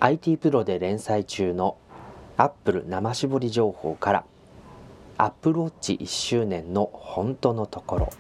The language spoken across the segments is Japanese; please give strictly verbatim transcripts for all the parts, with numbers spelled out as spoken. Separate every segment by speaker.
Speaker 1: アイティー プロで連載中のアップル生絞り情報から、アップルウォッチいっしゅうねんの本当のところ。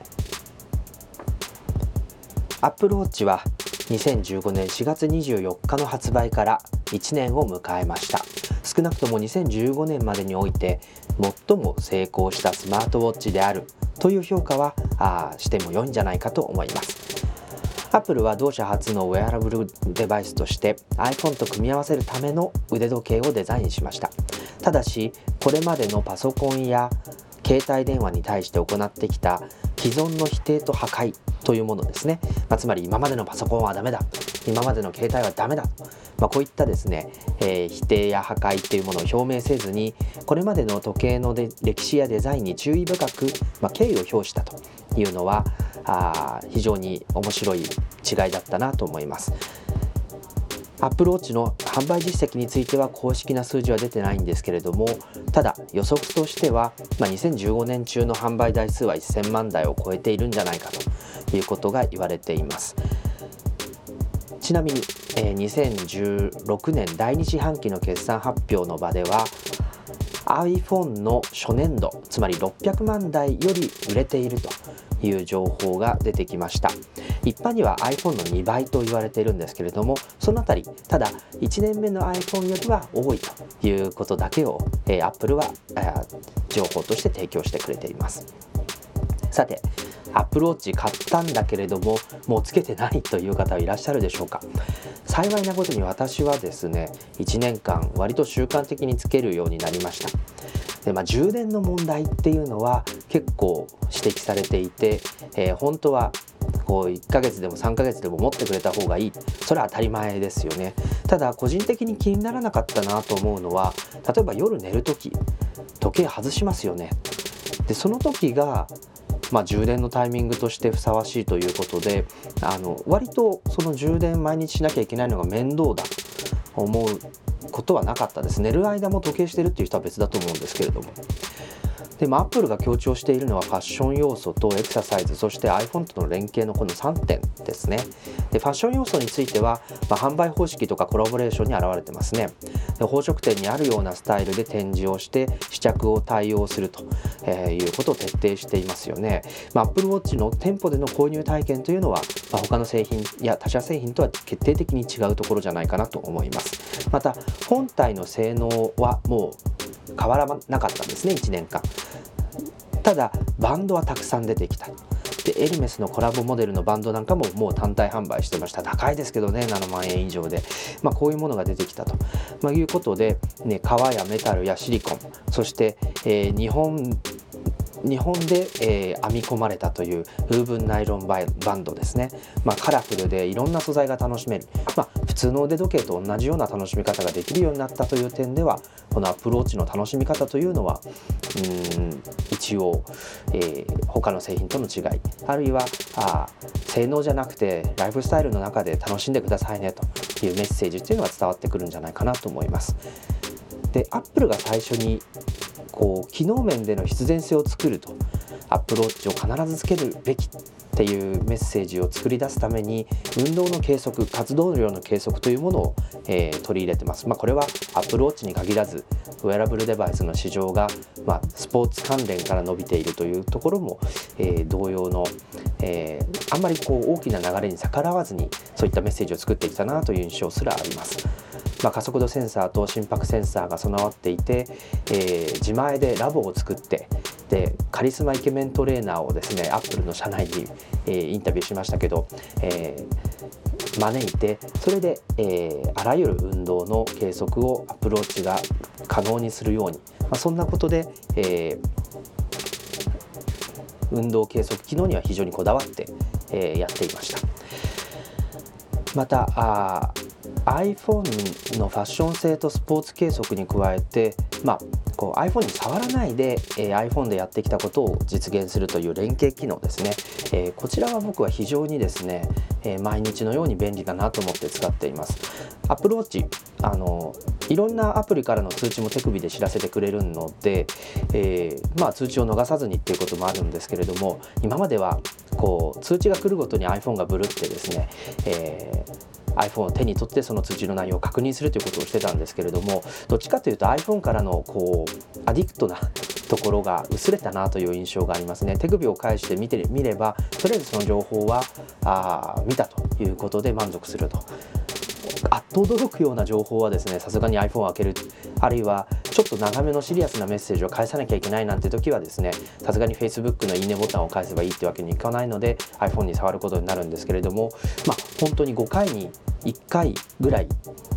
Speaker 1: アップルウォッチはにせんじゅうごねんしがつにじゅうよっかの発売からいちねんを迎えました。少なくともにせんじゅうごねんまでにおいて最も成功したスマートウォッチであるという評価はあしても良いんじゃないかと思います。アップルは同社初のウェアラブルデバイスとして iPhone と組み合わせるための腕時計をデザインしました。ただしこれまでのパソコンや携帯電話に対して行ってきた既存の否定と破壊というものですね、まあ、つまり今までのパソコンはダメだ、今までの携帯はダメだ、まあ、こういったですね、えー、否定や破壊というものを表明せずに、これまでの時計ので歴史やデザインに注意深く、まあ、敬意を表したというのはあ非常に面白い違いだったなと思います。Apple Watch の販売実績については公式な数字は出てないんですけれども、ただ予測としては、まあ、にせんじゅうごねん中の販売台数はせんまんだいを超えているんじゃないかということが言われています。ちなみに、えー、にせんじゅうろくねんだいに四半期の決算発表の場では iPhone の初年度、つまりろっぴゃくまんだいより売れているという情報が出てきました。一般には iPhone のにばいと言われているんですけれども、そのあたりただいちねんめの iPhone よりは多いということだけを、えー、Apple は、えー、情報として提供してくれています。さて、Apple Watch 買ったんだけれどももうつけてないという方はいらっしゃるでしょうか。幸いなことに私はですね、いちねんかん割と習慣的につけるようになりました。で、まあ、充電の問題っていうのは結構指摘されていて、えー、本当はこういっかげつでもさんかげつでも持ってくれた方がいい、それは当たり前ですよね。ただ個人的に気にならなかったなと思うのは、例えば夜寝るとき時計外しますよね。でその時がまあ、充電のタイミングとしてふさわしいということで、あの割とその充電毎日しなきゃいけないのが面倒だと思うことはなかったです。寝る間も時計してるっていう人は別だと思うんですけれども。でもアップルが強調しているのはファッション要素とエクササイズ、そして iPhone との連携のこのさんてんですね。でファッション要素については、まあ、販売方式とかコラボレーションに現れてますね。で宝飾店にあるようなスタイルで展示をして試着を対応すると、えー、いうことを徹底していますよね。まあ、Apple Watch の店舗での購入体験というのは、まあ、他の製品や他社製品とは決定的に違うところじゃないかなと思います。また本体の性能はもう変わらなかったんですね、いちねんかん。ただバンドはたくさん出てきた。でエルメスのコラボモデルのバンドなんかももう単体販売してました。高いですけどね、ななまんえん以上で、まあ、こういうものが出てきたと、まあ、いうことで、ね、革やメタルやシリコン、そして、えー、日本日本で、えー、編み込まれたというウーブンナイロンバンドですね。まあ、カラフルでいろんな素材が楽しめる、まあ、普通の腕時計と同じような楽しみ方ができるようになったという点では、このアプローチの楽しみ方というのはうーん一応、えー、他の製品との違い、あるいはあ性能じゃなくてライフスタイルの中で楽しんでくださいねというメッセージというのが伝わってくるんじゃないかなと思います。でアップルが最初にこう機能面での必然性を作ると、アップルウォッチを必ずつけるべきっていうメッセージを作り出すために、運動の計測、活動量の計測というものを、えー、取り入れてます。まあ、これはアップルウォッチに限らずウェアラブルデバイスの市場が、まあ、スポーツ関連から伸びているというところも、えー、同様の、えー、あんまりこう大きな流れに逆らわずにそういったメッセージを作ってきたなという印象すらあります。まあ、加速度センサーと心拍センサーが備わっていて、えー、自前でラボを作って、でカリスマイケメントレーナーをですね、アップルの社内に、えー、インタビューしましたけど、えー、招いて、それで、えー、あらゆる運動の計測をアプローチが可能にするように、まあ、そんなことで、えー、運動計測機能には非常にこだわって、えー、やっていました。またあ iPhone のファッション性とスポーツ計測に加えて、まあ、こう iPhone に触らないで、えー、iPhone でやってきたことを実現するという連携機能ですね、えー、こちらは僕は非常にですね、えー、毎日のように便利だなと思って使っています。 Apple Watch、 あのいろんなアプリからの通知も手首で知らせてくれるので、えーまあ、通知を逃さずにっていうこともあるんですけれども、今まではこう通知が来るごとに iPhone がブルってですね、えー iPhone を手に取ってその通知の内容を確認するということをしてたんですけれども、どっちかというと iPhone からのこうアディクトなところが薄れたなという印象がありますね。手首を返して見てみればとりあえずその情報はあ見たということで満足すると。あっと驚くような情報はですね、さすがに iPhone を開ける、あるいはちょっと長めのシリアスなメッセージを返さなきゃいけないなんて時はですね、さすがに Facebook のいいねボタンを返せばいいってわけにいかないので iPhone に触ることになるんですけれども、まあ本当にごかいにいっかいぐらい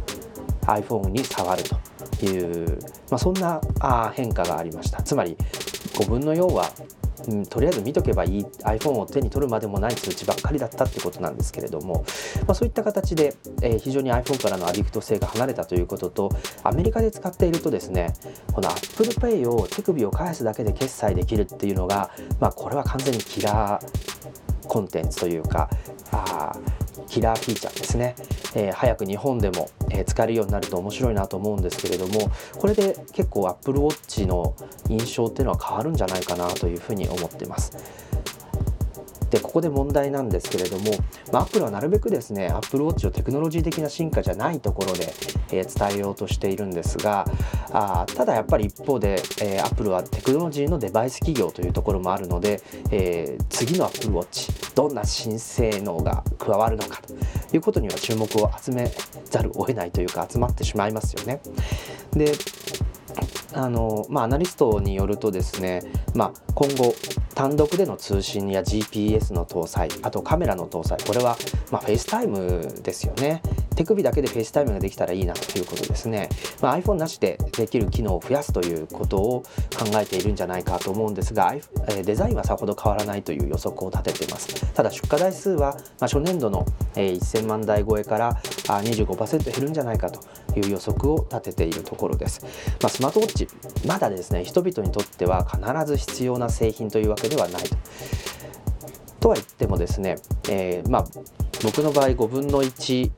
Speaker 1: iPhone に触るという、まあ、そんなあ変化がありました。つまりごぶんのよんはうん、とりあえず見とけばいい iPhone を手に取るまでもない通知ばっかりだったってことなんですけれども、まあ、そういった形で、えー、非常に iPhone からのアディクト性が離れたということと、アメリカで使っているとですね、この Apple Pay を手首を返すだけで決済できるっていうのが、まあ、これは完全にキラーコンテンツというかあキラーフィーチャーですね。えー、早く日本でも、えー、使えるようになると面白いなと思うんですけれども、これで結構 Apple Watch の印象っていうのは変わるんじゃないかなというふうに思ってます。でここで問題なんですけれども、まあ、Apple はなるべくですね Apple Watch をテクノロジー的な進化じゃないところで、えー、伝えようとしているんですが、あただやっぱり一方で、えー、Apple はテクノロジーのデバイス企業というところもあるので、えー、次の Apple Watch どんな新性能が加わるのかということには注目を集めざるを得ないというか集まってしまいますよね。であのまあ、アナリストによるとですね、まあ、今後単独での通信や ジーピーエス の搭載、あとカメラの搭載、これは、まあ、フェイスタイムですよね。手首だけでフェイスタイムができたらいいなということですね。まあ、iPhone なしでできる機能を増やすということを考えているんじゃないかと思うんですが、デザインはさほど変わらないという予測を立てています。ただ出荷台数は、まあ、初年度のせんまんだい超えから にじゅうごパーセント 減るんじゃないかという予測を立てているところです。まあ、スマートウォッチまだですね人々にとっては必ず必要な製品というわけではないと。とは言ってもですね、えー、まあ僕の場合ごぶんのいち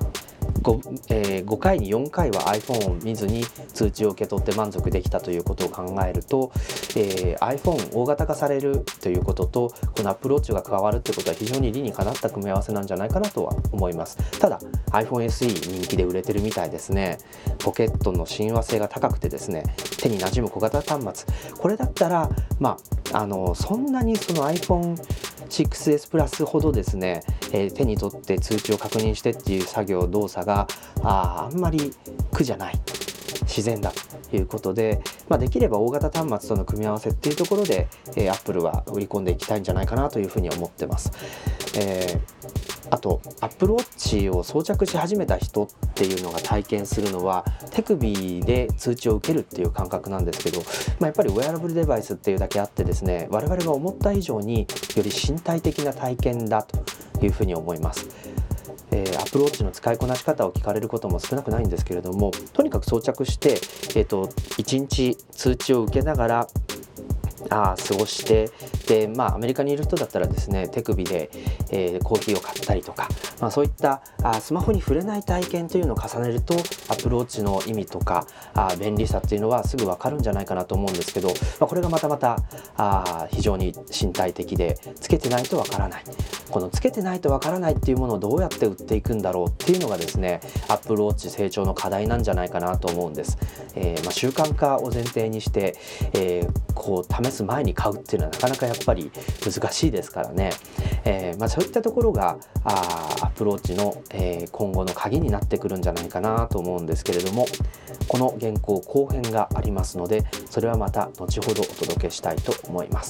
Speaker 1: 5, えー、ごかいによんかいは iPhone を見ずに通知を受け取って満足できたということを考えると、えー、iPhone 大型化されるということとこの Apple Watch が加わるということは非常に理にかなった組み合わせなんじゃないかなとは思います。ただ iPhone エスイー 人気で売れてるみたいですね。ポケットの親和性が高くてですね手に馴染む小型端末、これだったらまああのそんなにその iPhoneシックスエス プラスほどですね、えー、手に取って通知を確認してっていう作業動作があ, あんまり苦じゃない、自然だということで、まあ、できれば大型端末との組み合わせっていうところで、えー、Apple は売り込んでいきたいんじゃないかなというふうに思ってます。えーあと Apple Watch を装着し始めた人っていうのが体験するのは手首で通知を受けるっていう感覚なんですけど、まあ、やっぱりウェアラブルデバイスっていうだけあってですね我々が思った以上により身体的な体験だというふうに思います。えー、Apple Watch の使いこなし方を聞かれることも少なくないんですけれども、とにかく装着して、えーと、いちにち通知を受けながらあ過ごして、でまあアメリカにいる人だったらですね手首で、えー、コーヒーを買ったりとか、まあ、そういったあスマホに触れない体験というのを重ねると Apple Watch の意味とかあ便利さっていうのはすぐ分かるんじゃないかなと思うんですけど、まあ、これがまたまたあ非常に身体的でつけてないと分からない、このつけてないと分からないっていうものをどうやって売っていくんだろうっていうのがですね Apple Watch 成長の課題なんじゃないかなと思うんです。えーまあ、習慣化を前提にして、えー、こう試す前に買うっていうのはなかなかやっぱり難しいですからね。えーまあ、そういったところがあ Apple Watch の、えー、今後の鍵になってくるんじゃないかなと思うんですけれども、この原稿後編がありますのでそれはまた後ほどお届けしたいと思います。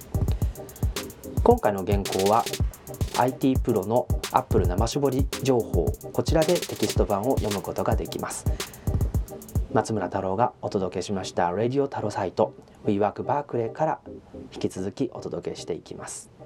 Speaker 1: 今回の原稿は アイティー プロの Apple 生絞り情報、こちらでテキスト版を読むことができます。松村太郎がお届けしましたラジオ太郎サイト WeWork バークレーから引き続きお届けしていきます。